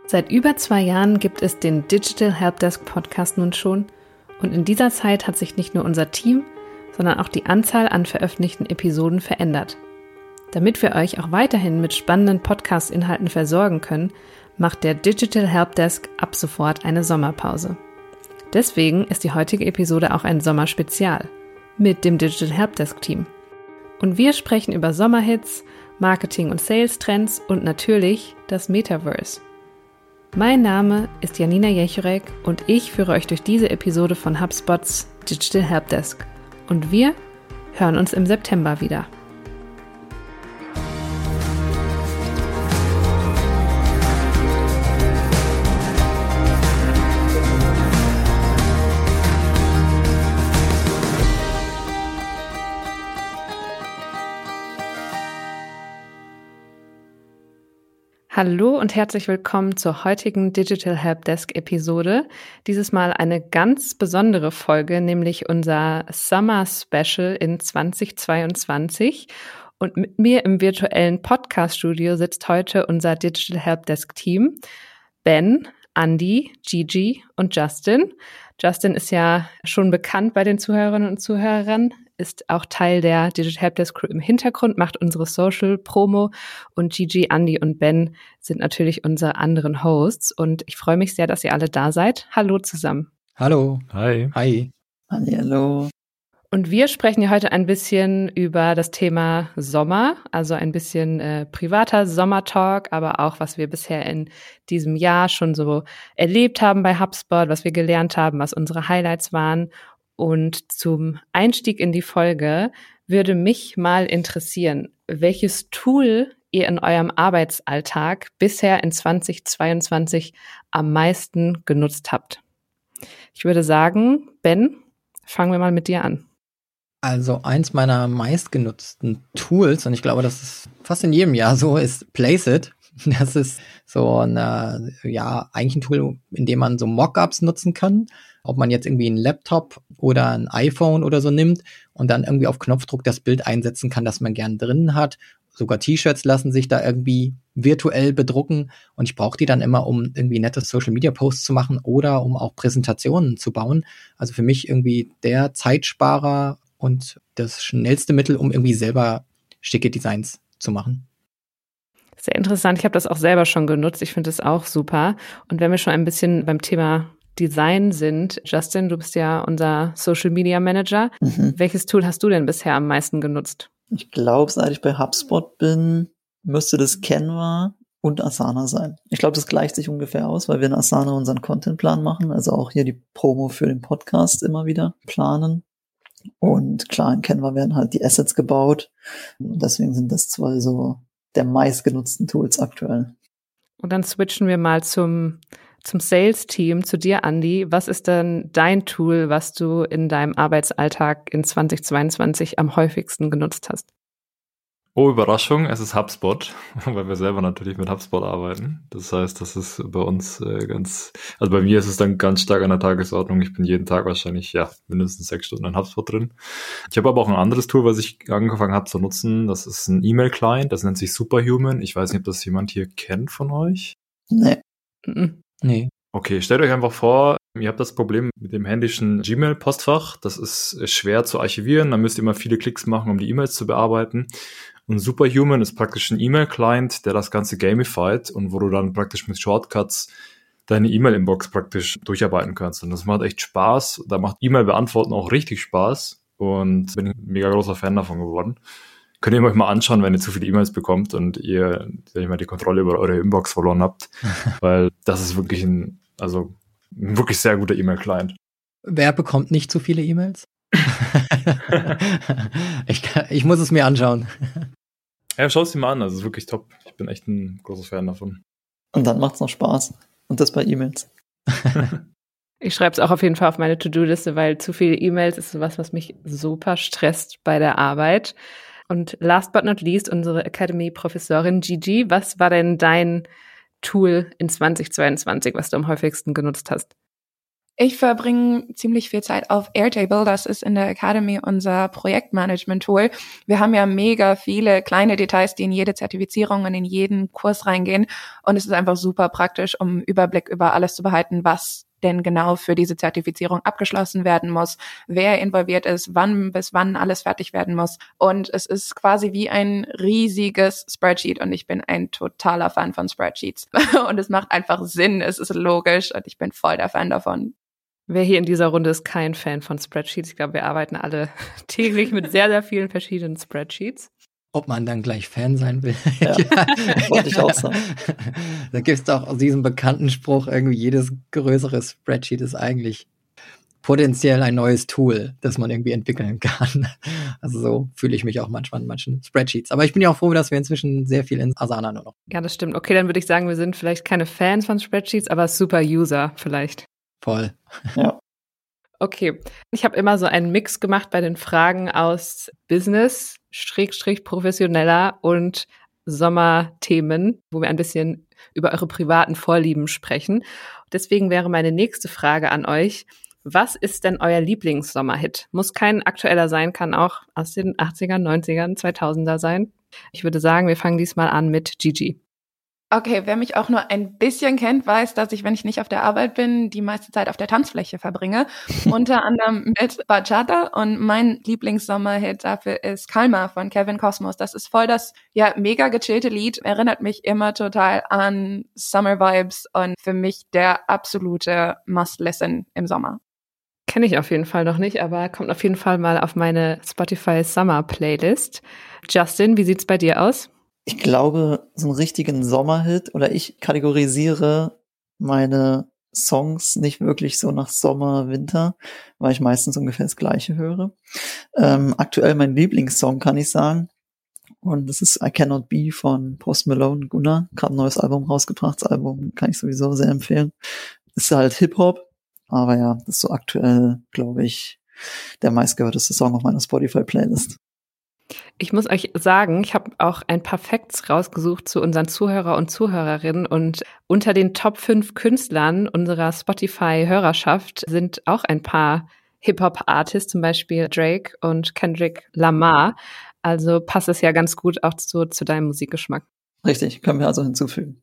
Seit über 2 Jahren gibt es den Digital Helpdesk Podcast nun schon und in dieser Zeit hat sich nicht nur unser Team, sondern auch die Anzahl an veröffentlichten Episoden verändert. Damit wir euch auch weiterhin mit spannenden Podcast-Inhalten versorgen können, macht der Digital Helpdesk ab sofort eine Sommerpause. Deswegen ist die heutige Episode auch ein Sommerspezial mit dem Digital Helpdesk Team. Und wir sprechen über Sommerhits, Marketing- und Sales-Trends und natürlich das Metaverse. Mein Name ist Janina Jechorek und ich führe euch durch diese Episode von HubSpots Digital Helpdesk. Und wir hören uns im September wieder. Hallo und herzlich willkommen zur heutigen Digital Helpdesk Episode. Dieses Mal eine ganz besondere Folge, nämlich unser Summer Special in 2022. Und mit mir im virtuellen Podcast-Studio sitzt heute unser Digital Helpdesk Team. Ben, Andy, Gigi und Justin. Justin ist ja schon bekannt bei den Zuhörerinnen und Zuhörern, ist auch Teil der Digital Helpdesk Crew im Hintergrund, macht unsere Social Promo und Gigi, Andy und Ben sind natürlich unsere anderen Hosts und ich freue mich sehr, dass ihr alle da seid. Hallo zusammen. Hallo. Hi. Hi. Hallo. Und wir sprechen ja heute ein bisschen über das Thema Sommer, also ein bisschen privater Sommertalk, aber auch, was wir bisher in diesem Jahr schon so erlebt haben bei HubSpot, was wir gelernt haben, was unsere Highlights waren. Und zum Einstieg in die Folge würde mich mal interessieren, welches Tool ihr in eurem Arbeitsalltag bisher in 2022 am meisten genutzt habt. Ich würde sagen, Ben, fangen wir mal mit dir an. Also eins meiner meistgenutzten Tools, und ich glaube, das ist fast in jedem Jahr so, ist Placeit. Das ist so eigentlich ein Tool, in dem man so Mockups nutzen kann. Ob man jetzt irgendwie einen Laptop oder ein iPhone oder so nimmt und dann irgendwie auf Knopfdruck das Bild einsetzen kann, das man gern drin hat. Sogar T-Shirts lassen sich da irgendwie virtuell bedrucken und ich brauche die dann immer, um irgendwie nette Social-Media-Posts zu machen oder um auch Präsentationen zu bauen. Also für mich irgendwie der Zeitsparer und das schnellste Mittel, um irgendwie selber schicke Designs zu machen. Sehr interessant. Ich habe das auch selber schon genutzt. Ich finde das auch super. Und wenn wir schon ein bisschen beim Thema Design sind, Justin, du bist ja unser Social Media Manager. Welches Tool hast du denn bisher am meisten genutzt? Ich glaube, seit ich bei HubSpot bin, müsste das Canva und Asana sein. Ich glaube, das gleicht sich ungefähr aus, weil wir in Asana unseren Contentplan machen, also auch hier die Promo für den Podcast immer wieder planen. Und klar, in Canva werden halt die Assets gebaut. Und deswegen sind das zwei so der meistgenutzten Tools aktuell. Und dann switchen wir mal zum Sales-Team, zu dir, Andy. Was ist denn dein Tool, was du in deinem Arbeitsalltag in 2022 am häufigsten genutzt hast? Oh, Überraschung, es ist HubSpot, weil wir selber natürlich mit HubSpot arbeiten. Das heißt, das ist bei uns also bei mir ist es dann ganz stark an der Tagesordnung. Ich bin jeden Tag wahrscheinlich, mindestens 6 Stunden in HubSpot drin. Ich habe aber auch ein anderes Tool, was ich angefangen habe zu nutzen. Das ist ein E-Mail-Client, das nennt sich Superhuman. Ich weiß nicht, ob das jemand hier kennt von euch. Nee. Okay, stellt euch einfach vor, ihr habt das Problem mit dem händischen Gmail-Postfach. Das ist schwer zu archivieren. Dann müsst ihr immer viele Klicks machen, um die E-Mails zu bearbeiten. Und Superhuman ist praktisch ein E-Mail-Client, der das Ganze gamified und wo du dann praktisch mit Shortcuts deine E-Mail-Inbox praktisch durcharbeiten kannst. Und das macht echt Spaß. Da macht E-Mail-Beantworten auch richtig Spaß. Und bin ein mega großer Fan davon geworden. Könnt ihr euch mal anschauen, wenn ihr zu viele E-Mails bekommt und ihr, sag ich mal, die Kontrolle über eure Inbox verloren habt. Weil das ist wirklich ein wirklich sehr guter E-Mail-Client. Wer bekommt nicht zu viele E-Mails? Ich muss es mir anschauen. Ja, schau es dir mal an, also es ist wirklich top. Ich bin echt ein großer Fan davon. Und dann macht's noch Spaß. Und das bei E-Mails. Ich schreibe es auch auf jeden Fall auf meine To-Do-Liste, weil zu viele E-Mails ist sowas, was mich super stresst bei der Arbeit. Und last but not least, unsere Academy-Professorin Gigi, was war denn dein Tool in 2022, was du am häufigsten genutzt hast? Ich verbringe ziemlich viel Zeit auf Airtable. Das ist in der Academy unser Projektmanagement-Tool. Wir haben ja mega viele kleine Details, die in jede Zertifizierung und in jeden Kurs reingehen. Und es ist einfach super praktisch, um einen Überblick über alles zu behalten, was denn genau für diese Zertifizierung abgeschlossen werden muss, wer involviert ist, wann bis wann alles fertig werden muss. Und es ist quasi wie ein riesiges Spreadsheet und ich bin ein totaler Fan von Spreadsheets. Und es macht einfach Sinn, es ist logisch und ich bin voll der Fan davon. Wer hier in dieser Runde ist kein Fan von Spreadsheets? Ich glaube, wir arbeiten alle täglich mit sehr, sehr vielen verschiedenen Spreadsheets. Ob man dann gleich Fan sein will. Ja, wollte ich auch sagen. Da gibt es doch aus diesem bekannten Spruch, irgendwie jedes größere Spreadsheet ist eigentlich potenziell ein neues Tool, das man irgendwie entwickeln kann. Also so fühle ich mich auch manchmal in manchen Spreadsheets. Aber ich bin ja auch froh, dass wir inzwischen sehr viel in Asana nur noch. Ja, das stimmt. Okay, dann würde ich sagen, wir sind vielleicht keine Fans von Spreadsheets, aber super User vielleicht. Voll. Ja. Okay, ich habe immer so einen Mix gemacht bei den Fragen aus Business, professioneller und Sommerthemen, wo wir ein bisschen über eure privaten Vorlieben sprechen. Deswegen wäre meine nächste Frage an euch: Was ist denn euer Lieblingssommerhit? Muss kein aktueller sein, kann auch aus den 80ern, 90ern, 2000er sein. Ich würde sagen, wir fangen diesmal an mit Gigi. Okay, wer mich auch nur ein bisschen kennt, weiß, dass ich, wenn ich nicht auf der Arbeit bin, die meiste Zeit auf der Tanzfläche verbringe. Unter anderem mit Bachata und mein Lieblingssommerhit dafür ist Calma von Kevin Cosmos. Das ist voll das, ja, mega gechillte Lied, erinnert mich immer total an Summer Vibes und für mich der absolute Must-Listen im Sommer. Kenne ich auf jeden Fall noch nicht, aber kommt auf jeden Fall mal auf meine Spotify Summer Playlist. Justin, wie sieht's bei dir aus? Ich glaube, so einen richtigen Sommerhit, oder ich kategorisiere meine Songs nicht wirklich so nach Sommer, Winter, weil ich meistens ungefähr das Gleiche höre. Aktuell mein Lieblingssong, kann ich sagen. Und das ist I Cannot Be von Post Malone und Gunnar. Gerade ein neues Album rausgebracht. Das Album kann ich sowieso sehr empfehlen. Ist halt Hip-Hop, aber ja, das ist so aktuell, glaube ich, der meistgehörteste Song auf meiner Spotify-Playlist. Ich muss euch sagen, ich habe auch ein paar Facts rausgesucht zu unseren Zuhörer und Zuhörerinnen und unter den Top 5 Künstlern unserer Spotify-Hörerschaft sind auch ein paar Hip-Hop-Artists, zum Beispiel Drake und Kendrick Lamar. Also passt es ja ganz gut auch zu deinem Musikgeschmack. Richtig, können wir also hinzufügen.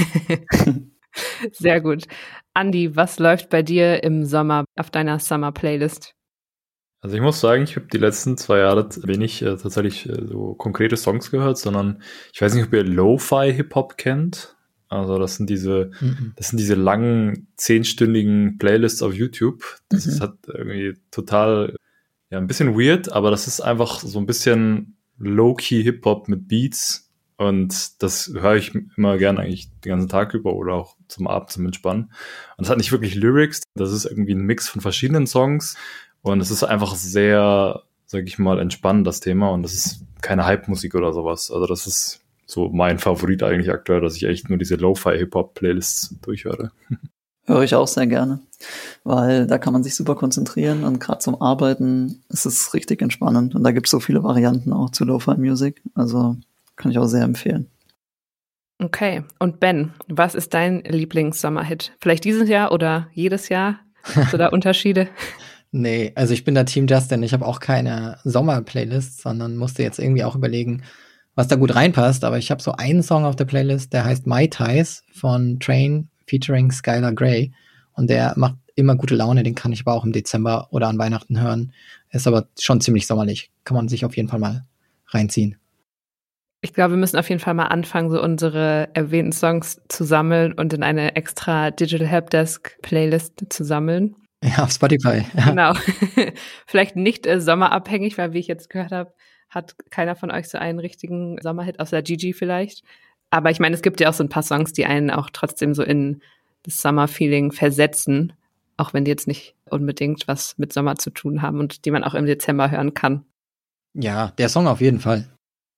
Sehr gut. Andi, was läuft bei dir im Sommer auf deiner Summer-Playlist? Also ich muss sagen, ich habe die letzten 2 Jahre wenig tatsächlich so konkrete Songs gehört, sondern ich weiß nicht, ob ihr Lo-Fi-Hip-Hop kennt. Also das sind diese langen 10-stündigen Playlists auf YouTube. Das ist halt irgendwie total, ja, ein bisschen weird, aber das ist einfach so ein bisschen Low-Key Hip-Hop mit Beats und das höre ich immer gern eigentlich den ganzen Tag über oder auch zum Abend zum Entspannen. Und das hat nicht wirklich Lyrics, das ist irgendwie ein Mix von verschiedenen Songs. Und es ist einfach sehr, sag ich mal, entspannend, das Thema. Und das ist keine Hype-Musik oder sowas. Also das ist so mein Favorit eigentlich aktuell, dass ich echt nur diese Lo-Fi-Hip-Hop-Playlists durchhöre. Höre ich auch sehr gerne, weil da kann man sich super konzentrieren und gerade zum Arbeiten ist es richtig entspannend. Und da gibt es so viele Varianten auch zu Lo-Fi-Musik. Also kann ich auch sehr empfehlen. Okay, und Ben, was ist dein Lieblings-Sommerhit? Vielleicht dieses Jahr oder jedes Jahr? Hast du da Unterschiede? Nee, also ich bin da Team Justin. Ich habe auch keine Sommer-Playlist, sondern musste jetzt irgendwie auch überlegen, was da gut reinpasst. Aber ich habe so einen Song auf der Playlist, der heißt My Ties von Train featuring Skylar Grey. Und der macht immer gute Laune. Den kann ich aber auch im Dezember oder an Weihnachten hören. Ist aber schon ziemlich sommerlich. Kann man sich auf jeden Fall mal reinziehen. Ich glaube, wir müssen auf jeden Fall mal anfangen, so unsere erwähnten Songs zu sammeln und in eine extra Digital Helpdesk Playlist zu sammeln. Ja, auf Spotify. Ja. Genau. Vielleicht nicht sommerabhängig, weil wie ich jetzt gehört habe, hat keiner von euch so einen richtigen Sommerhit, außer Gigi vielleicht. Aber ich meine, es gibt ja auch so ein paar Songs, die einen auch trotzdem so in das Summer-Feeling versetzen, auch wenn die jetzt nicht unbedingt was mit Sommer zu tun haben und die man auch im Dezember hören kann. Ja, der Song auf jeden Fall.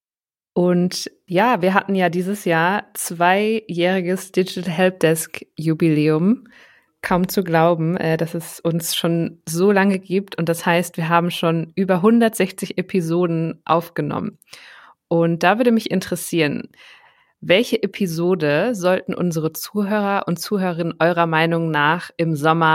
Und ja, wir hatten ja dieses Jahr 2-jähriges Digital Helpdesk Jubiläum. Kaum zu glauben, dass es uns schon so lange gibt. Und das heißt, wir haben schon über 160 Episoden aufgenommen. Und da würde mich interessieren, welche Episode sollten unsere Zuhörer und Zuhörerinnen eurer Meinung nach im Sommer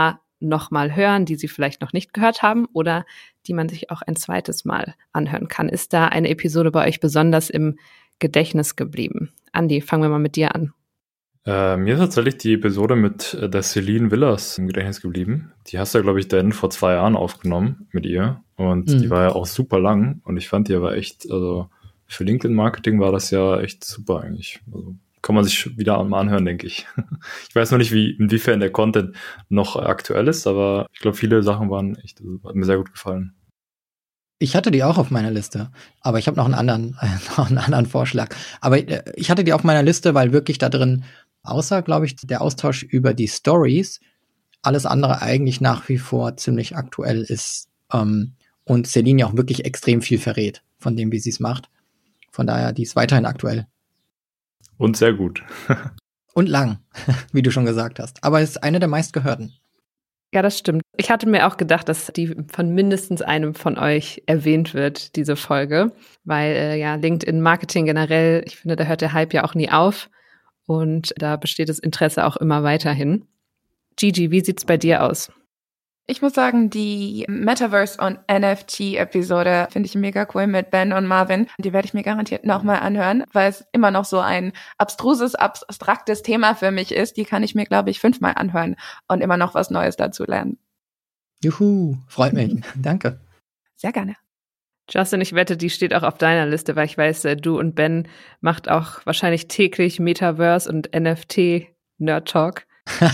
nochmal hören, die sie vielleicht noch nicht gehört haben oder die man sich auch ein zweites Mal anhören kann? Ist da eine Episode bei euch besonders im Gedächtnis geblieben? Andi, fangen wir mal mit dir an. Mir ist tatsächlich die Episode mit der Celine Villas im Gedächtnis geblieben. Die hast du ja, glaube ich, dann vor 2 Jahren aufgenommen mit ihr. Und die war ja auch super lang. Und ich fand die aber echt, also für LinkedIn-Marketing war das ja echt super eigentlich. Also kann man sich wieder mal anhören, denke ich. Ich weiß noch nicht, inwiefern der Content noch aktuell ist, aber ich glaube, viele Sachen waren echt, hat mir sehr gut gefallen. Ich hatte die auch auf meiner Liste, aber ich habe noch einen anderen Vorschlag. Aber ich hatte die auf meiner Liste, weil wirklich da drin, außer, glaube ich, der Austausch über die Stories, alles andere eigentlich nach wie vor ziemlich aktuell ist. Und Celine ja auch wirklich extrem viel verrät von dem, wie sie es macht. Von daher, die ist weiterhin aktuell. Und sehr gut. Und lang, wie du schon gesagt hast. Aber es ist eine der meistgehörten. Ja, das stimmt. Ich hatte mir auch gedacht, dass die von mindestens einem von euch erwähnt wird, diese Folge. Weil LinkedIn-Marketing generell, ich finde, da hört der Hype ja auch nie auf. Und da besteht das Interesse auch immer weiterhin. Gigi, wie sieht's bei dir aus? Ich muss sagen, die Metaverse- und NFT-Episode finde ich mega cool mit Ben und Marvin. Die werde ich mir garantiert nochmal anhören, weil es immer noch so ein abstruses, abstraktes Thema für mich ist. Die kann ich mir, glaube ich, 5-mal anhören und immer noch was Neues dazu lernen. Juhu, freut mich. Danke. Sehr gerne. Justin, ich wette, die steht auch auf deiner Liste, weil ich weiß, du und Ben macht auch wahrscheinlich täglich Metaverse und NFT-Nerd-Talk.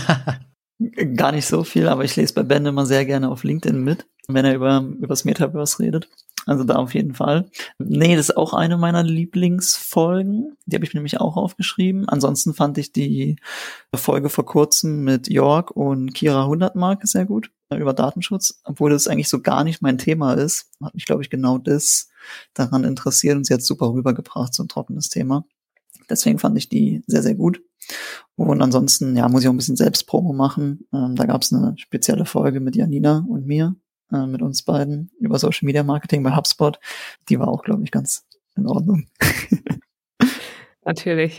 Gar nicht so viel, aber ich lese bei Ben immer sehr gerne auf LinkedIn mit, wenn er über das Metaverse redet. Also da auf jeden Fall. Nee, das ist auch eine meiner Lieblingsfolgen. Die habe ich mir nämlich auch aufgeschrieben. Ansonsten fand ich die Folge vor kurzem mit Jörg und Kira Hundertmark sehr gut über Datenschutz, obwohl das eigentlich so gar nicht mein Thema ist. Hat mich, glaube ich, genau das daran interessiert und sie hat super rübergebracht, so ein trockenes Thema. Deswegen fand ich die sehr, sehr gut. Und ansonsten, ja, muss ich auch ein bisschen Selbstpromo machen. Da gab es eine spezielle Folge mit Janina und mir, mit uns beiden, über Social Media Marketing bei HubSpot. Die war auch, glaube ich, ganz in Ordnung. Natürlich.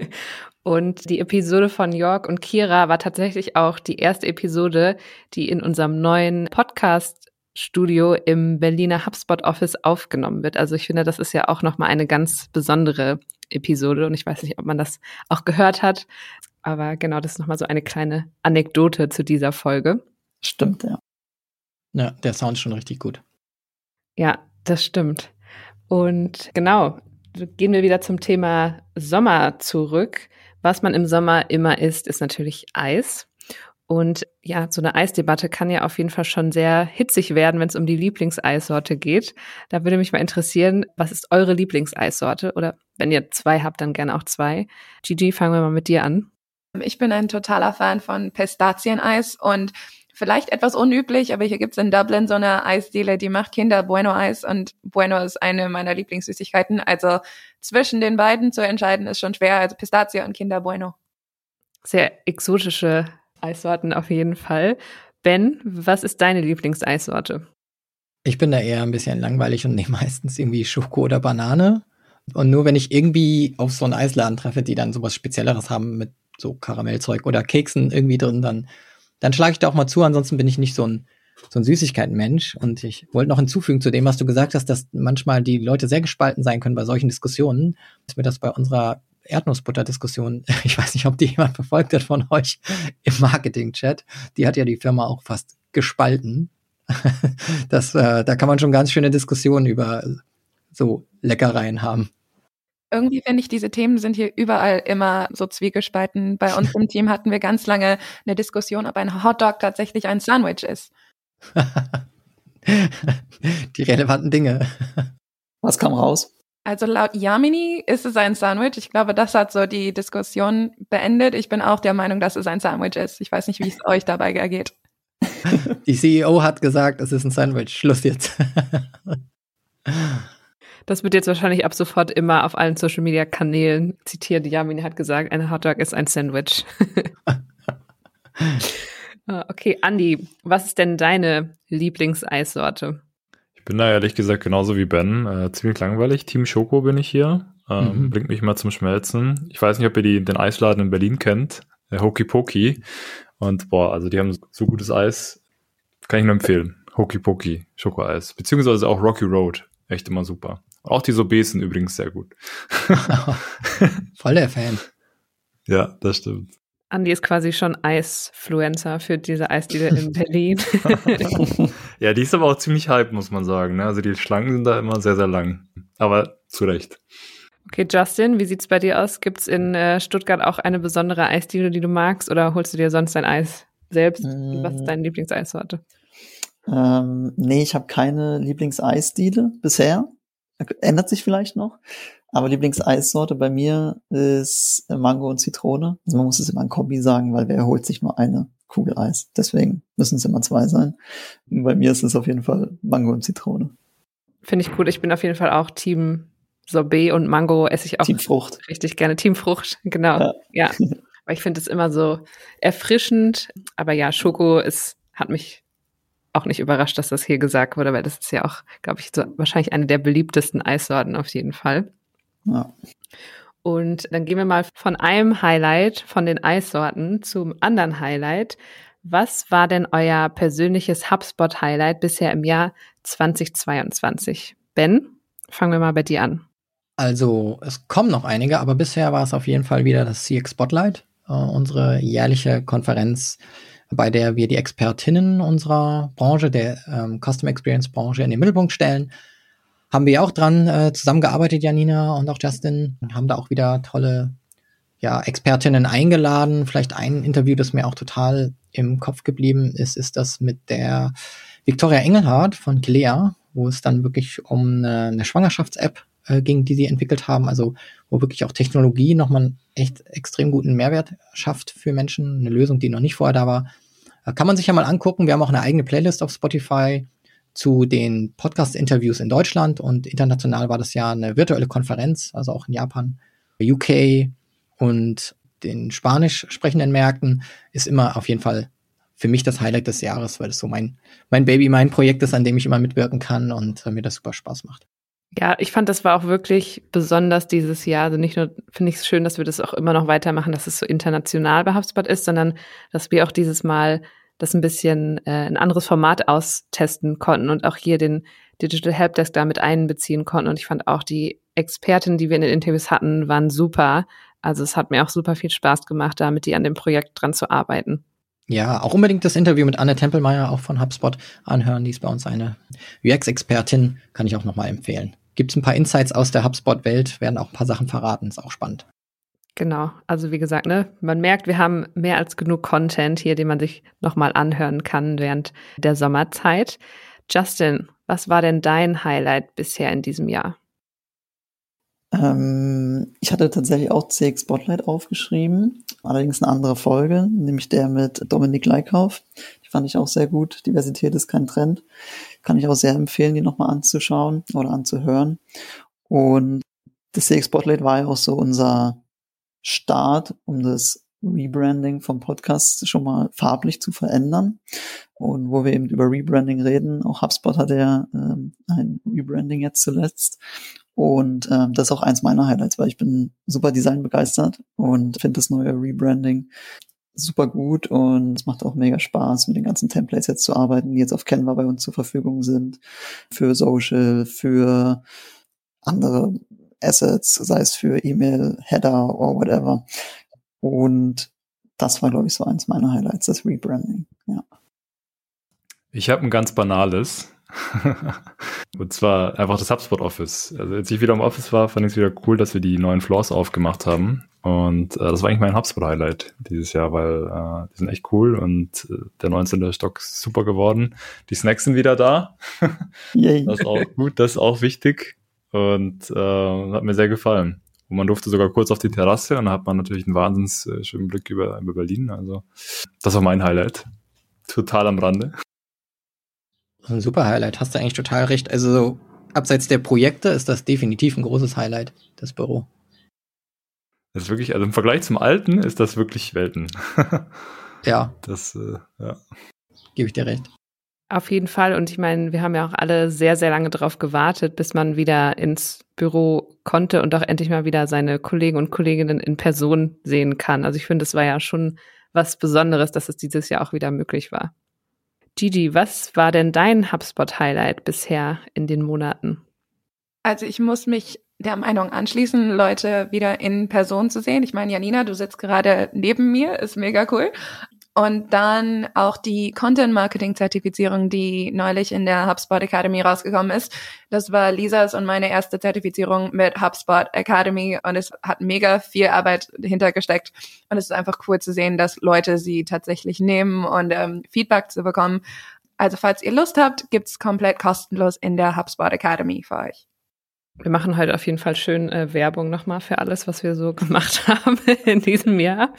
Und die Episode von Jörg und Kira war tatsächlich auch die erste Episode, die in unserem neuen Podcast-Studio im Berliner HubSpot-Office aufgenommen wird. Also ich finde, das ist ja auch nochmal eine ganz besondere Episode und ich weiß nicht, ob man das auch gehört hat, aber genau, das ist nochmal so eine kleine Anekdote zu dieser Folge. Stimmt, ja. Ja, der Sound ist schon richtig gut. Ja, das stimmt. Und genau, gehen wir wieder zum Thema Sommer zurück. Was man im Sommer immer isst, ist natürlich Eis. Und ja, so eine Eisdebatte kann ja auf jeden Fall schon sehr hitzig werden, wenn es um die Lieblingseissorte geht. Da würde mich mal interessieren, was ist eure Lieblingseissorte? Oder wenn ihr 2 habt, dann gerne auch 2. Gigi, fangen wir mal mit dir an. Ich bin ein totaler Fan von Pistazieneis und vielleicht etwas unüblich, aber hier gibt's in Dublin so eine Eisdiele, die macht Kinder Bueno Eis und Bueno ist eine meiner Lieblingssüßigkeiten. Also zwischen den beiden zu entscheiden ist schon schwer, also Pistazie und Kinder Bueno. Sehr exotische Eissorten auf jeden Fall. Ben, was ist deine Lieblingseissorte? Ich bin da eher ein bisschen langweilig und nehme meistens irgendwie Schoko oder Banane. Und nur wenn ich irgendwie auf so einen Eisladen treffe, die dann sowas Spezielleres haben mit so Karamellzeug oder Keksen irgendwie drin, dann schlage ich da auch mal zu. Ansonsten bin ich nicht so ein Süßigkeitenmensch. Und ich wollte noch hinzufügen zu dem, was du gesagt hast, dass manchmal die Leute sehr gespalten sein können bei solchen Diskussionen. Ist mir das bei unserer Erdnussbutter-Diskussion, ich weiß nicht, ob die jemand verfolgt hat von euch im Marketing-Chat, die hat ja die Firma auch fast gespalten. Da kann man schon ganz schöne Diskussionen über so Leckereien haben. Irgendwie finde ich, diese Themen sind hier überall immer so zwiegespalten. Bei uns im Team hatten wir ganz lange eine Diskussion, ob ein Hotdog tatsächlich ein Sandwich ist. Die relevanten Dinge. Was kam raus? Also laut Yamini ist es ein Sandwich. Ich glaube, das hat so die Diskussion beendet. Ich bin auch der Meinung, dass es ein Sandwich ist. Ich weiß nicht, wie es euch dabei ergeht. Die CEO hat gesagt, es ist ein Sandwich. Schluss jetzt. Das wird jetzt wahrscheinlich ab sofort immer auf allen Social-Media-Kanälen zitiert. Yamini hat gesagt, ein Hotdog ist ein Sandwich. Okay, Andi, was ist denn deine Lieblingseissorte? Ich bin da ehrlich gesagt genauso wie Ben, ziemlich langweilig. Team Schoko bin ich hier, bringt mich mal zum Schmelzen. Ich weiß nicht, ob ihr den Eisladen in Berlin kennt, Hokey Pokey. Und also die haben so gutes Eis. Kann ich nur empfehlen. Hokey Pokey, Schokoeis. Beziehungsweise auch Rocky Road. Echt immer super. Auch die Sorbets sind übrigens sehr gut. Voll der Fan. Ja, das stimmt. Andi ist quasi schon Eisfluencer für diese Eisdiele in Berlin. Ja, die ist aber auch ziemlich hype, muss man sagen. Ne? Also die Schlangen sind da immer sehr, sehr lang. Aber zu Recht. Okay, Justin, wie sieht's bei dir aus? Gibt's in Stuttgart auch eine besondere Eisdiele, die du magst, oder holst du dir sonst dein Eis selbst? Was ist deine Lieblingseissorte? Nee, ich habe keine Lieblingseisdiele bisher. Ändert sich vielleicht noch. Aber Lieblingseissorte bei mir ist Mango und Zitrone. Also man muss es immer ein Kombi sagen, weil wer holt sich nur eine Kugel Eis? Deswegen müssen es immer 2 sein. Und bei mir ist es auf jeden Fall Mango und Zitrone. Finde ich gut. Ich bin auf jeden Fall auch Team Sorbet und Mango esse ich auch Team Frucht. Richtig gerne. Team Frucht, genau. Ja. Weil ich finde es immer so erfrischend. Aber ja, Schoko hat mich auch nicht überrascht, dass das hier gesagt wurde, weil das ist ja auch, glaube ich, so wahrscheinlich eine der beliebtesten Eissorten auf jeden Fall. Ja. Und dann gehen wir mal von einem Highlight von den Eissorten zum anderen Highlight. Was war denn euer persönliches HubSpot-Highlight bisher im Jahr 2022? Ben, fangen wir mal bei dir an. Also es kommen noch einige, aber bisher war es auf jeden Fall wieder das CX Spotlight, unsere jährliche Konferenz, bei der wir die Expertinnen unserer Branche, der Customer Experience Branche, in den Mittelpunkt stellen. Haben wir auch dran zusammengearbeitet, Janina und auch Justin, haben da auch wieder tolle Expertinnen eingeladen. Vielleicht ein Interview, das mir auch total im Kopf geblieben ist das mit der Victoria Engelhardt von Kilea, wo es dann wirklich um eine Schwangerschafts-App ging, die sie entwickelt haben, also wo wirklich auch Technologie nochmal einen echt extrem guten Mehrwert schafft für Menschen, eine Lösung, die noch nicht vorher da war. Kann man sich ja mal angucken. Wir haben auch eine eigene Playlist auf Spotify zu den Podcast-Interviews in Deutschland, und international war das ja eine virtuelle Konferenz, also auch in Japan, UK und den spanisch sprechenden Märkten, ist immer auf jeden Fall für mich das Highlight des Jahres, weil es so mein Baby, mein Projekt ist, an dem ich immer mitwirken kann und mir das super Spaß macht. Ja, ich fand, das war auch wirklich besonders dieses Jahr. Also nicht nur finde ich es schön, dass wir das auch immer noch weitermachen, dass es so international bei HubSpot ist, sondern dass wir auch dieses Mal das ein bisschen ein anderes Format austesten konnten und auch hier den Digital Helpdesk da mit einbeziehen konnten. Und ich fand auch die Experten, die wir in den Interviews hatten, waren super. Also es hat mir auch super viel Spaß gemacht, da mit die an dem Projekt dran zu arbeiten. Ja, auch unbedingt das Interview mit Anne Tempelmeier, auch von HubSpot, anhören. Die ist bei uns eine UX-Expertin, kann ich auch nochmal empfehlen. Gibt es ein paar Insights aus der HubSpot-Welt, werden auch ein paar Sachen verraten, ist auch spannend. Genau, also wie gesagt, man merkt, wir haben mehr als genug Content hier, den man sich nochmal anhören kann während der Sommerzeit. Justin, was war denn dein Highlight bisher in diesem Jahr? Ich hatte tatsächlich auch CX Spotlight aufgeschrieben, allerdings eine andere Folge, nämlich der mit Dominik Leikauf. Die fand ich auch sehr gut. Diversität ist kein Trend. Kann ich auch sehr empfehlen, die nochmal anzuschauen oder anzuhören. Und das CX Spotlight war ja auch so unser Start, um das Rebranding vom Podcast schon mal farblich zu verändern. Und wo wir eben über Rebranding reden, auch HubSpot hatte ja ein Rebranding jetzt zuletzt. Und das ist auch eins meiner Highlights, weil ich bin super Design begeistert und finde das neue Rebranding super gut, und es macht auch mega Spaß, mit den ganzen Templates jetzt zu arbeiten, die jetzt auf Canva bei uns zur Verfügung sind, für Social, für andere Assets, sei es für E-Mail, Header oder whatever. Und das war, glaube ich, so eins meiner Highlights, das Rebranding. Ja. Ich habe ein ganz banales. Und zwar einfach das HubSpot Office. Also als ich wieder im Office war, fand ich es wieder cool, dass wir die neuen Floors aufgemacht haben. Und das war eigentlich mein HubSpot-Highlight dieses Jahr, weil die sind echt cool und der 19. Stock ist super geworden. Die Snacks sind wieder da. Yay. Das ist auch gut, das ist auch wichtig und hat mir sehr gefallen. Und man durfte sogar kurz auf die Terrasse und da hat man natürlich einen wahnsinns schönen Blick über Berlin. Also das war mein Highlight. Total am Rande. Ein super Highlight, hast du eigentlich total recht. Also abseits der Projekte ist das definitiv ein großes Highlight, das Büro. Das ist wirklich, also im Vergleich zum Alten ist das wirklich Welten. Ja. Das, ja. Gebe ich dir recht. Auf jeden Fall. Und ich meine, wir haben ja auch alle sehr, sehr lange darauf gewartet, bis man wieder ins Büro konnte und auch endlich mal wieder seine Kollegen und Kolleginnen in Person sehen kann. Also ich finde, es war ja schon was Besonderes, dass es dieses Jahr auch wieder möglich war. Gigi, was war denn dein HubSpot-Highlight bisher in den Monaten? Also ich muss mich der Meinung anschließen, Leute wieder in Person zu sehen. Ich meine, Janina, du sitzt gerade neben mir, ist mega cool. Und dann auch die Content-Marketing-Zertifizierung, die neulich in der HubSpot Academy rausgekommen ist. Das war Lisas und meine erste Zertifizierung mit HubSpot Academy und es hat mega viel Arbeit hintergesteckt. Und es ist einfach cool zu sehen, dass Leute sie tatsächlich nehmen und Feedback zu bekommen. Also falls ihr Lust habt, gibt's komplett kostenlos in der HubSpot Academy für euch. Wir machen heute auf jeden Fall schön Werbung nochmal für alles, was wir so gemacht haben in diesem Jahr.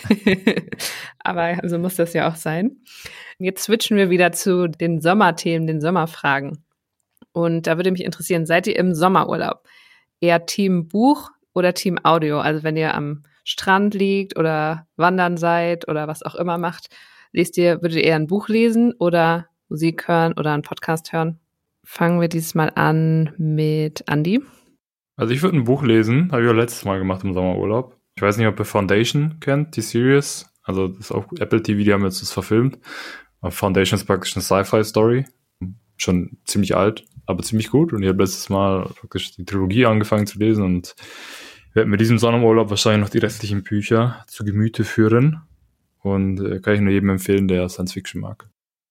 Aber so muss das ja auch sein. Jetzt switchen wir wieder zu den Sommerthemen, den Sommerfragen. Und da würde mich interessieren, seid ihr im Sommerurlaub eher Team Buch oder Team Audio? Also wenn ihr am Strand liegt oder wandern seid oder was auch immer macht, würdet ihr eher ein Buch lesen oder Musik hören oder einen Podcast hören? Fangen wir dieses Mal an mit Andi. Also ich würde ein Buch lesen, habe ich ja letztes Mal gemacht im Sommerurlaub. Ich weiß nicht, ob ihr Foundation kennt, die Series. Also das ist auch Apple TV, die haben jetzt das verfilmt. Aber Foundation ist praktisch eine Sci-Fi-Story. Schon ziemlich alt, aber ziemlich gut. Und ich habe letztes Mal praktisch die Trilogie angefangen zu lesen und werde mit diesem Sommerurlaub wahrscheinlich noch die restlichen Bücher zu Gemüte führen. Und kann ich nur jedem empfehlen, der Science-Fiction mag.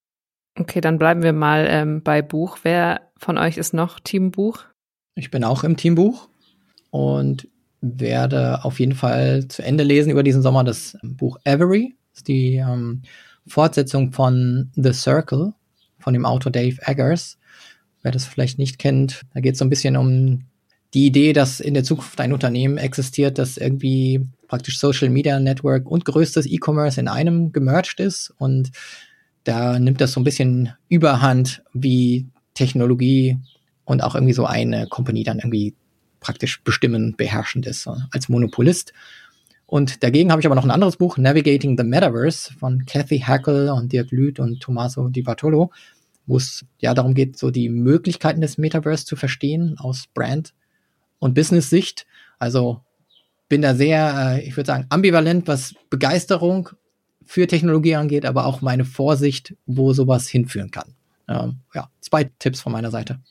Okay, dann bleiben wir mal bei Buch. Wer von euch ist noch Team Buch? Ich bin auch im Team Buch und werde auf jeden Fall zu Ende lesen über diesen Sommer das Buch Avery. Das ist die Fortsetzung von The Circle von dem Autor Dave Eggers. Wer das vielleicht nicht kennt, da geht es so ein bisschen um die Idee, dass in der Zukunft ein Unternehmen existiert, das irgendwie praktisch Social Media Network und größtes E-Commerce in einem gemerged ist, und da nimmt das so ein bisschen Überhand, wie Technologie und auch irgendwie so eine Company dann irgendwie praktisch bestimmend, beherrschend ist, so als Monopolist. Und dagegen habe ich aber noch ein anderes Buch, Navigating the Metaverse von Cathy Hackl und Dirk Lüth und Tommaso Di Bartolo, wo es ja darum geht, so die Möglichkeiten des Metaverse zu verstehen aus Brand- und Business-Sicht. Also bin da sehr, ich würde sagen, ambivalent, was Begeisterung für Technologie angeht, aber auch meine Vorsicht, wo sowas hinführen kann. Ja, 2 Tipps von meiner Seite.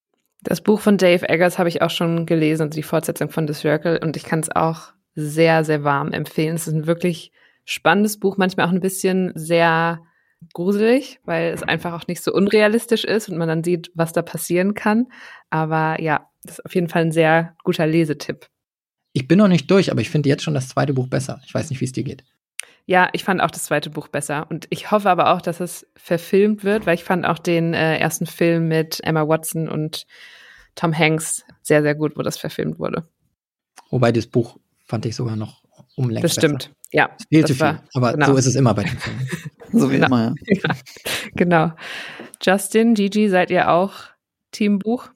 Das Buch von Dave Eggers habe ich auch schon gelesen, also die Fortsetzung von The Circle, und ich kann es auch sehr, sehr warm empfehlen. Es ist ein wirklich spannendes Buch, manchmal auch ein bisschen sehr gruselig, weil es einfach auch nicht so unrealistisch ist und man dann sieht, was da passieren kann. Aber ja, das ist auf jeden Fall ein sehr guter Lesetipp. Ich bin noch nicht durch, aber ich finde jetzt schon das 2. Buch besser. Ich weiß nicht, wie es dir geht. Ja, ich fand auch das 2. Buch besser. Und ich hoffe aber auch, dass es verfilmt wird, weil ich fand auch den ersten Film mit Emma Watson und Tom Hanks sehr, sehr gut, wo das verfilmt wurde. Wobei das Buch fand ich sogar noch umlängst Das stimmt, besser. ja. Viel zu viel, aber genau. So ist es immer bei den Filmen. So wie immer, ja. Ja. Genau. Justin, Gigi, seid ihr auch Team Buch?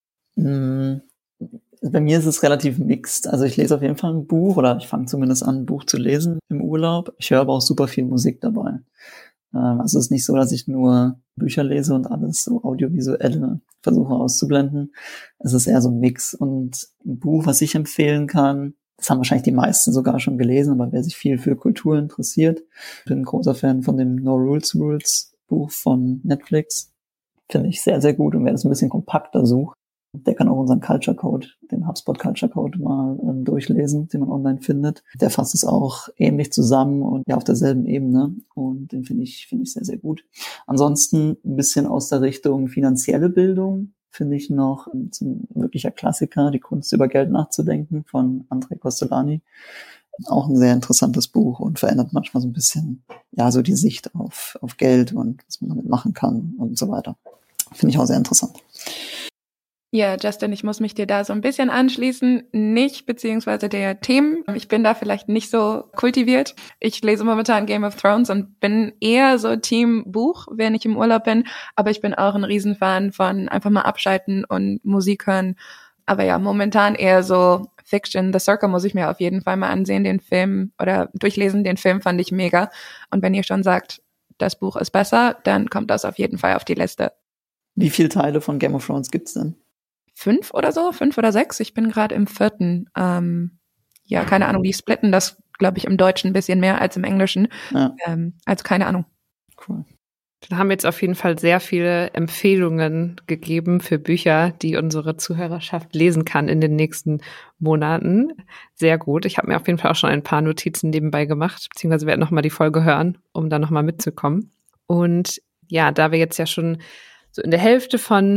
Bei mir ist es relativ mixed. Also ich lese auf jeden Fall ein Buch, oder ich fange zumindest an, ein Buch zu lesen im Urlaub. Ich höre aber auch super viel Musik dabei. Also es ist nicht so, dass ich nur Bücher lese und alles so audiovisuelle versuche auszublenden. Es ist eher so ein Mix. Und ein Buch, was ich empfehlen kann, das haben wahrscheinlich die meisten sogar schon gelesen, aber wer sich viel für Kultur interessiert, ich bin ein großer Fan von dem No Rules Rules Buch von Netflix. Finde ich sehr, sehr gut. Und wer das ein bisschen kompakter sucht, der kann auch unseren Culture Code, den HubSpot Culture Code mal durchlesen, den man online findet. Der fasst es auch ähnlich zusammen und ja auf derselben Ebene. Und den finde ich sehr, sehr gut. Ansonsten ein bisschen aus der Richtung finanzielle Bildung finde ich noch ein wirklicher Klassiker, Die Kunst über Geld nachzudenken von André Costolani. Auch ein sehr interessantes Buch und verändert manchmal so ein bisschen, ja, so die Sicht auf Geld und was man damit machen kann und so weiter. Finde ich auch sehr interessant. Ja, Justin, ich muss mich dir da so ein bisschen anschließen, nicht beziehungsweise der Themen. Ich bin da vielleicht nicht so kultiviert. Ich lese momentan Game of Thrones und bin eher so Team Buch, wenn ich im Urlaub bin. Aber ich bin auch ein Riesenfan von einfach mal abschalten und Musik hören. Aber ja, momentan eher so Fiction. The Circle muss ich mir auf jeden Fall mal ansehen, den Film, oder durchlesen. Den Film fand ich mega. Und wenn ihr schon sagt, das Buch ist besser, dann kommt das auf jeden Fall auf die Liste. Wie viele Teile von Game of Thrones gibt's denn? 5 oder so, 5 oder 6. Ich bin gerade im 4. Ja, keine Ahnung, die splitten das glaube ich, im Deutschen ein bisschen mehr als im Englischen. Ja. Also keine Ahnung. Cool. Dann haben wir jetzt auf jeden Fall sehr viele Empfehlungen gegeben für Bücher, die unsere Zuhörerschaft lesen kann in den nächsten Monaten. Sehr gut. Ich habe mir auf jeden Fall auch schon ein paar Notizen nebenbei gemacht, beziehungsweise werde nochmal die Folge hören, um da nochmal mitzukommen. Und ja, da wir jetzt ja schon so in der Hälfte von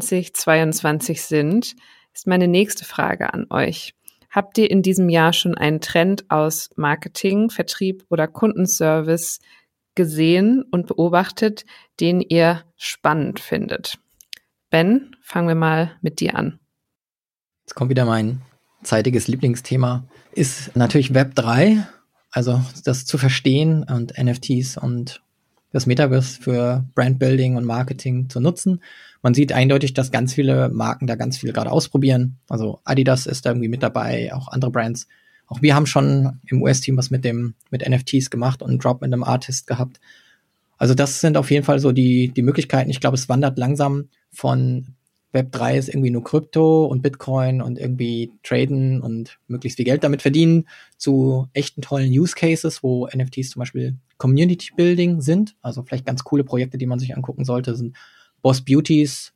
2022 sind, ist meine nächste Frage an euch. Habt ihr in diesem Jahr schon einen Trend aus Marketing, Vertrieb oder Kundenservice gesehen und beobachtet, den ihr spannend findet? Ben, fangen wir mal mit dir an. Jetzt kommt wieder mein zeitiges Lieblingsthema, ist natürlich Web 3, also das zu verstehen und NFTs und das Metaverse für Brandbuilding und Marketing zu nutzen. Man sieht eindeutig, dass ganz viele Marken da ganz viel gerade ausprobieren. Also Adidas ist da irgendwie mit dabei, auch andere Brands. Auch wir haben schon im US-Team was mit NFTs gemacht und einen Drop mit einem Artist gehabt. Also das sind auf jeden Fall so die Möglichkeiten. Ich glaube, es wandert langsam von Web 3 ist irgendwie nur Krypto und Bitcoin und irgendwie traden und möglichst viel Geld damit verdienen zu echten tollen Use Cases, wo NFTs zum Beispiel Community Building sind. Also vielleicht ganz coole Projekte, die man sich angucken sollte, sind Boss Beauties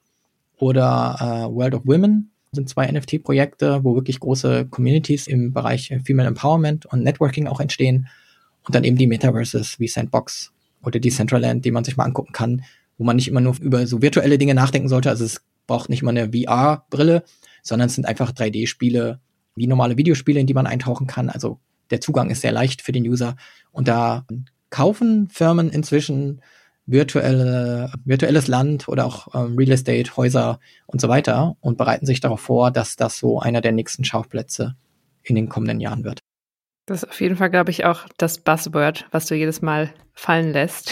oder World of Women. Sind 2 NFT-Projekte, wo wirklich große Communities im Bereich Female Empowerment und Networking auch entstehen. Und dann eben die Metaverses wie Sandbox oder Decentraland, die man sich mal angucken kann, wo man nicht immer nur über so virtuelle Dinge nachdenken sollte. Also es braucht nicht mal eine VR-Brille, sondern es sind einfach 3D-Spiele, wie normale Videospiele, in die man eintauchen kann. Also der Zugang ist sehr leicht für den User. Und da kaufen Firmen inzwischen virtuelles Land oder auch Real Estate, Häuser und so weiter und bereiten sich darauf vor, dass das so einer der nächsten Schauplätze in den kommenden Jahren wird. Das ist auf jeden Fall, glaube ich, auch das Buzzword, was du jedes Mal fallen lässt.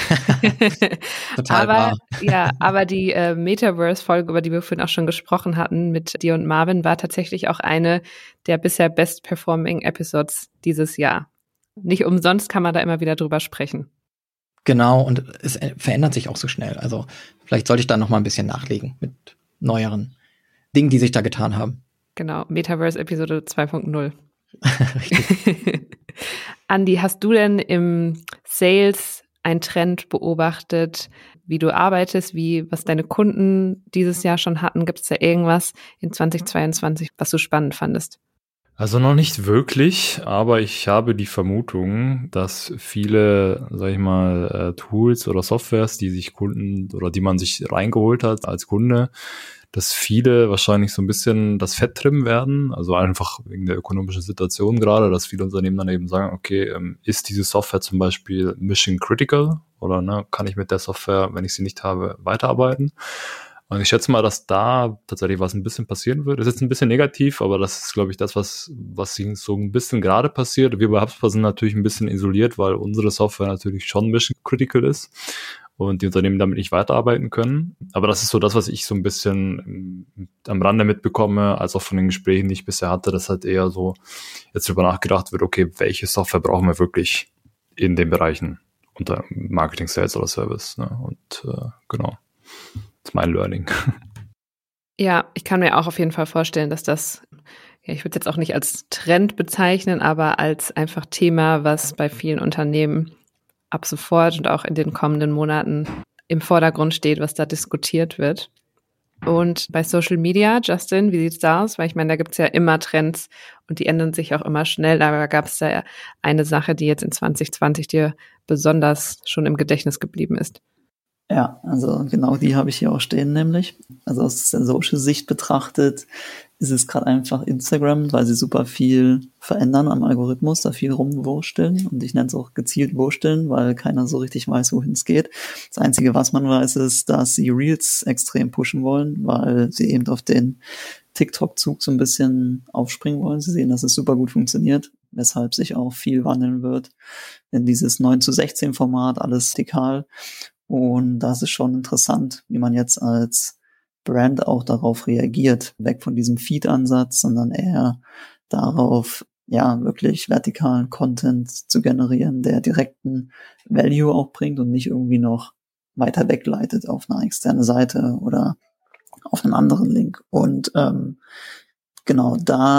Total wahr. Aber die Metaverse-Folge, über die wir vorhin auch schon gesprochen hatten mit dir und Marvin, war tatsächlich auch eine der bisher best-performing Episodes dieses Jahr. Nicht umsonst kann man da immer wieder drüber sprechen. Genau, und es verändert sich auch so schnell. Also vielleicht sollte ich da noch mal ein bisschen nachlegen mit neueren Dingen, die sich da getan haben. Genau, Metaverse-Episode 2.0. Richtig. Andi, hast du denn im Sales einen Trend beobachtet, wie du arbeitest, was deine Kunden dieses Jahr schon hatten? Gibt es da irgendwas in 2022, was du spannend fandest? Also noch nicht wirklich, aber ich habe die Vermutung, dass viele, sag ich mal, Tools oder Softwares, die sich Kunden oder die man sich reingeholt hat als Kunde, dass viele wahrscheinlich so ein bisschen das Fett trimmen werden, also einfach wegen der ökonomischen Situation gerade, dass viele Unternehmen dann eben sagen, okay, ist diese Software zum Beispiel mission critical oder kann ich mit der Software, wenn ich sie nicht habe, weiterarbeiten? Und ich schätze mal, dass da tatsächlich was ein bisschen passieren wird. Das ist jetzt ein bisschen negativ, aber das ist, glaube ich, das, was so ein bisschen gerade passiert. Wir bei HubSpot sind natürlich ein bisschen isoliert, weil unsere Software natürlich schon mission critical ist und die Unternehmen damit nicht weiterarbeiten können. Aber das ist so das, was ich so ein bisschen am Rande mitbekomme, als auch von den Gesprächen, die ich bisher hatte, dass halt eher so jetzt drüber nachgedacht wird, okay, welche Software brauchen wir wirklich in den Bereichen unter Marketing, Sales oder Service. Ne? Und genau. Das ist mein Learning. Ja, ich kann mir auch auf jeden Fall vorstellen, dass das, ich würde es jetzt auch nicht als Trend bezeichnen, aber als einfach Thema, was bei vielen Unternehmen ab sofort und auch in den kommenden Monaten im Vordergrund steht, was da diskutiert wird. Und bei Social Media, Justin, wie sieht's da aus? Weil ich meine, da gibt's ja immer Trends und die ändern sich auch immer schnell, aber gab es da eine Sache, die jetzt in 2020 dir besonders schon im Gedächtnis geblieben ist? Ja, also genau die habe ich hier auch stehen nämlich. Also aus der Social-Sicht betrachtet ist es gerade einfach Instagram, weil sie super viel verändern am Algorithmus, da viel rumwursteln. Und ich nenne es auch gezielt wursteln, weil keiner so richtig weiß, wohin es geht. Das Einzige, was man weiß, ist, dass sie Reels extrem pushen wollen, weil sie eben auf den TikTok-Zug so ein bisschen aufspringen wollen. Sie sehen, dass es super gut funktioniert, weshalb sich auch viel wandeln wird in dieses 9:16 Format, alles vertikal. Und das ist schon interessant, wie man jetzt als Brand auch darauf reagiert. Weg von diesem Feed-Ansatz, sondern eher darauf, ja, wirklich vertikalen Content zu generieren, der direkten Value auch bringt und nicht irgendwie noch weiter wegleitet auf eine externe Seite oder auf einen anderen Link. Und genau da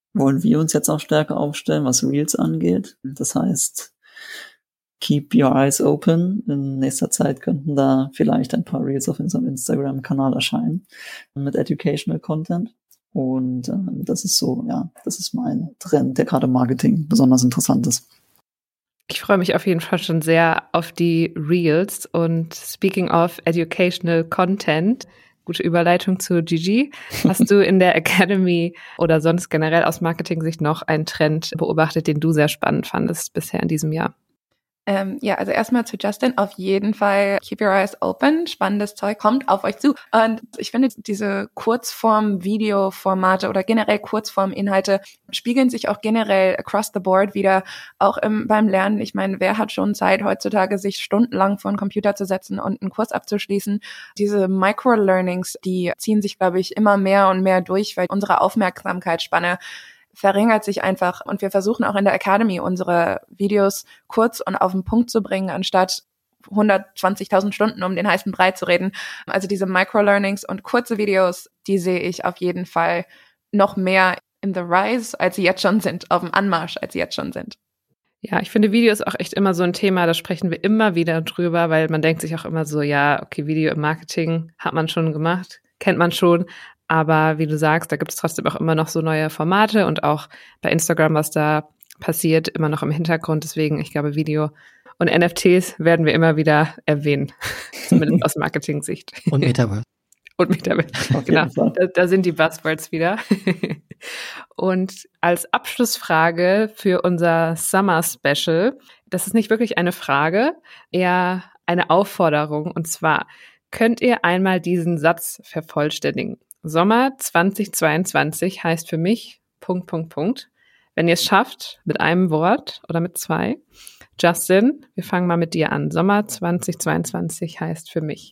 wollen wir uns jetzt auch stärker aufstellen, was Reels angeht. Das heißt, keep your eyes open. In nächster Zeit könnten da vielleicht ein paar Reels auf unserem Instagram-Kanal erscheinen mit Educational Content. Und das ist so, ja, das ist mein Trend, der gerade im Marketing besonders interessant ist. Ich freue mich auf jeden Fall schon sehr auf die Reels. Und speaking of educational content, gute Überleitung zu Gigi. Hast du in der Academy oder sonst generell aus Marketing-Sicht noch einen Trend beobachtet, den du sehr spannend fandest bisher in diesem Jahr? Ja, also erstmal zu Justin, auf jeden Fall keep your eyes open, spannendes Zeug kommt auf euch zu. Und ich finde, diese Kurzform-Video-Formate oder generell Kurzform-Inhalte spiegeln sich auch generell across the board wieder, auch beim Lernen. Ich meine, wer hat schon Zeit heutzutage, sich stundenlang vor einen Computer zu setzen und einen Kurs abzuschließen? Diese Micro-Learnings, die ziehen sich, glaube ich, immer mehr und mehr durch, weil unsere Aufmerksamkeitsspanne verringert sich einfach, und wir versuchen auch in der Academy unsere Videos kurz und auf den Punkt zu bringen, anstatt 120.000 Stunden um den heißen Brei zu reden. Also diese Microlearnings und kurze Videos, die sehe ich auf jeden Fall noch mehr in the rise, als sie jetzt schon sind, auf dem Anmarsch, als sie jetzt schon sind. Ja, ich finde, Video ist auch echt immer so ein Thema, da sprechen wir immer wieder drüber, weil man denkt sich auch immer so, ja, okay, Video im Marketing hat man schon gemacht, kennt man schon. Aber wie du sagst, da gibt es trotzdem auch immer noch so neue Formate und auch bei Instagram, was da passiert, immer noch im Hintergrund. Deswegen, ich glaube, Video und NFTs werden wir immer wieder erwähnen, zumindest aus Marketing-Sicht. Und Metaverse. Und Metaverse, genau. Da sind die Buzzwords wieder. Und als Abschlussfrage für unser Summer Special, das ist nicht wirklich eine Frage, eher eine Aufforderung. Und zwar, könnt ihr einmal diesen Satz vervollständigen? Sommer 2022 heißt für mich ... Wenn ihr es schafft, mit einem Wort oder mit zwei. Justin, wir fangen mal mit dir an. Sommer 2022 heißt für mich.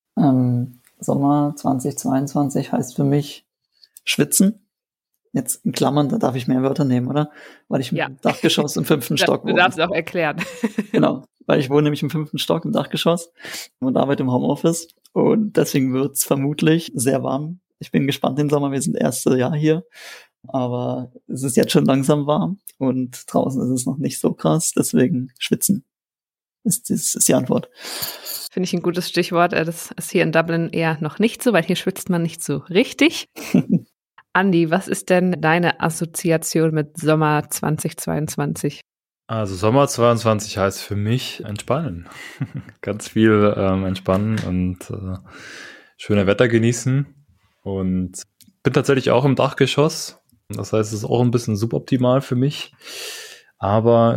Sommer 2022 heißt für mich schwitzen. Jetzt in Klammern, da darf ich mehr Wörter nehmen, oder? Weil ich im Dachgeschoss im 5. Stock wohne. Du darfst auch erklären. Genau, weil ich wohne nämlich im 5. Stock im Dachgeschoss und arbeite im Homeoffice. Und deswegen wird's vermutlich sehr warm. Ich bin gespannt den Sommer, wir sind das erste Jahr hier. Aber es ist jetzt schon langsam warm und draußen ist es noch nicht so krass. Deswegen schwitzen ist die Antwort. Finde ich ein gutes Stichwort. Das ist hier in Dublin eher noch nicht so, weil hier schwitzt man nicht so richtig. Andi, was ist denn deine Assoziation mit Sommer 2022? Also Sommer 22 heißt für mich entspannen. Ganz viel entspannen und schöne Wetter genießen. Und bin tatsächlich auch im Dachgeschoss. Das heißt, es ist auch ein bisschen suboptimal für mich. Aber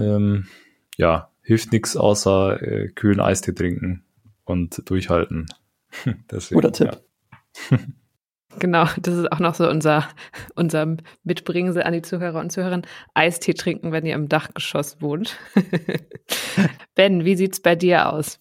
hilft nichts außer kühlen Eistee trinken und durchhalten. Deswegen, guter Tipp. Ja. Genau, das ist auch noch so unser Mitbringsel an die Zuhörer und Zuhörerinnen. Eistee trinken, wenn ihr im Dachgeschoss wohnt. Ben, wie sieht's bei dir aus?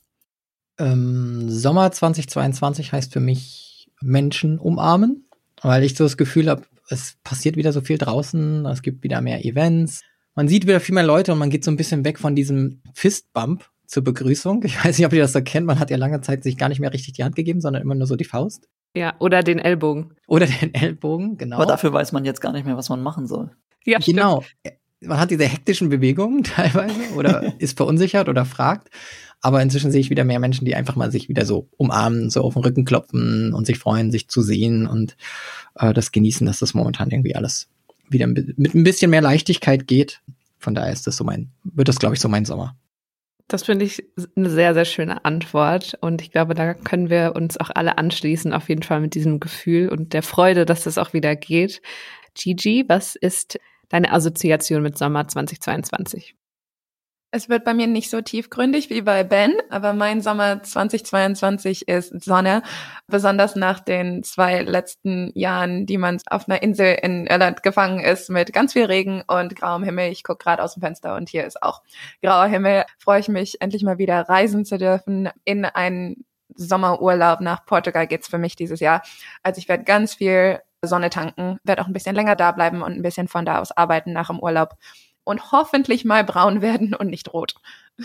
Sommer 2022 heißt für mich Menschen umarmen, weil ich so das Gefühl habe, es passiert wieder so viel draußen, es gibt wieder mehr Events, man sieht wieder viel mehr Leute und man geht so ein bisschen weg von diesem Fistbump zur Begrüßung. Ich weiß nicht, ob ihr das so kennt, man hat ja lange Zeit sich gar nicht mehr richtig die Hand gegeben, sondern immer nur so die Faust. Ja, oder den Ellbogen. Oder den Ellbogen, genau. Aber dafür weiß man jetzt gar nicht mehr, was man machen soll. Ja, genau. Man hat diese hektischen Bewegungen teilweise oder ist verunsichert oder fragt. Aber inzwischen sehe ich wieder mehr Menschen, die einfach mal sich wieder so umarmen, so auf den Rücken klopfen und sich freuen, sich zu sehen und das genießen, dass das momentan irgendwie alles wieder mit ein bisschen mehr Leichtigkeit geht. Von daher ist das wird das, glaube ich, so mein Sommer. Das finde ich eine sehr, sehr schöne Antwort. Und ich glaube, da können wir uns auch alle anschließen, auf jeden Fall mit diesem Gefühl und der Freude, dass das auch wieder geht. Gigi, was ist deine Assoziation mit Sommer 2022? Es wird bei mir nicht so tiefgründig wie bei Ben, aber mein Sommer 2022 ist Sonne, besonders nach den 2 letzten Jahren, die man auf einer Insel in Irland gefangen ist mit ganz viel Regen und grauem Himmel. Ich gucke gerade aus dem Fenster und hier ist auch grauer Himmel. Freue ich mich, endlich mal wieder reisen zu dürfen. In einen Sommerurlaub nach Portugal geht's für mich dieses Jahr. Also ich werde ganz viel Sonne tanken, werde auch ein bisschen länger da bleiben und ein bisschen von da aus arbeiten nach dem Urlaub. Und hoffentlich mal braun werden und nicht rot.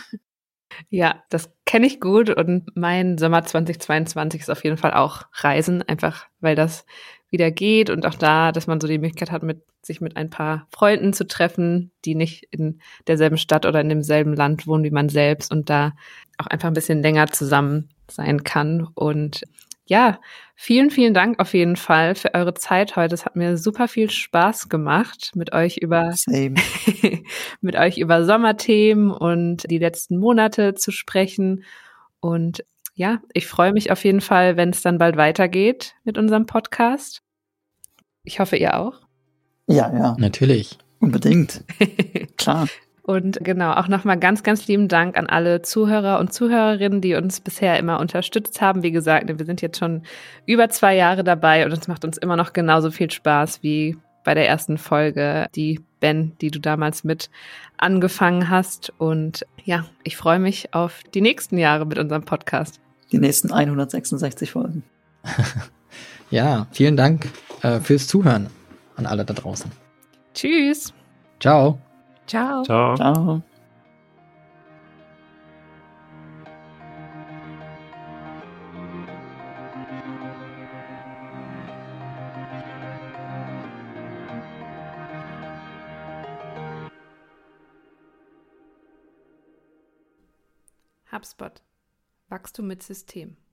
Ja, das kenne ich gut und mein Sommer 2022 ist auf jeden Fall auch Reisen, einfach weil das wieder geht und auch da, dass man so die Möglichkeit hat, sich mit ein paar Freunden zu treffen, die nicht in derselben Stadt oder in demselben Land wohnen wie man selbst und da auch einfach ein bisschen länger zusammen sein kann. Und ja, vielen, vielen Dank auf jeden Fall für eure Zeit heute. Es hat mir super viel Spaß gemacht, mit euch über Sommerthemen und die letzten Monate zu sprechen. Und ja, ich freue mich auf jeden Fall, wenn es dann bald weitergeht mit unserem Podcast. Ich hoffe, ihr auch. Ja. Natürlich. Unbedingt. Klar. Und genau, auch nochmal ganz, ganz lieben Dank an alle Zuhörer und Zuhörerinnen, die uns bisher immer unterstützt haben. Wie gesagt, wir sind jetzt schon über 2 Jahre dabei und es macht uns immer noch genauso viel Spaß wie bei der ersten Folge, die Ben, die du damals mit angefangen hast. Und ja, ich freue mich auf die nächsten Jahre mit unserem Podcast. Die nächsten 166 Folgen. Ja, vielen Dank fürs Zuhören an alle da draußen. Tschüss. Ciao. Ciao. Ciao. Ciao. HubSpot. Wachstum mit System.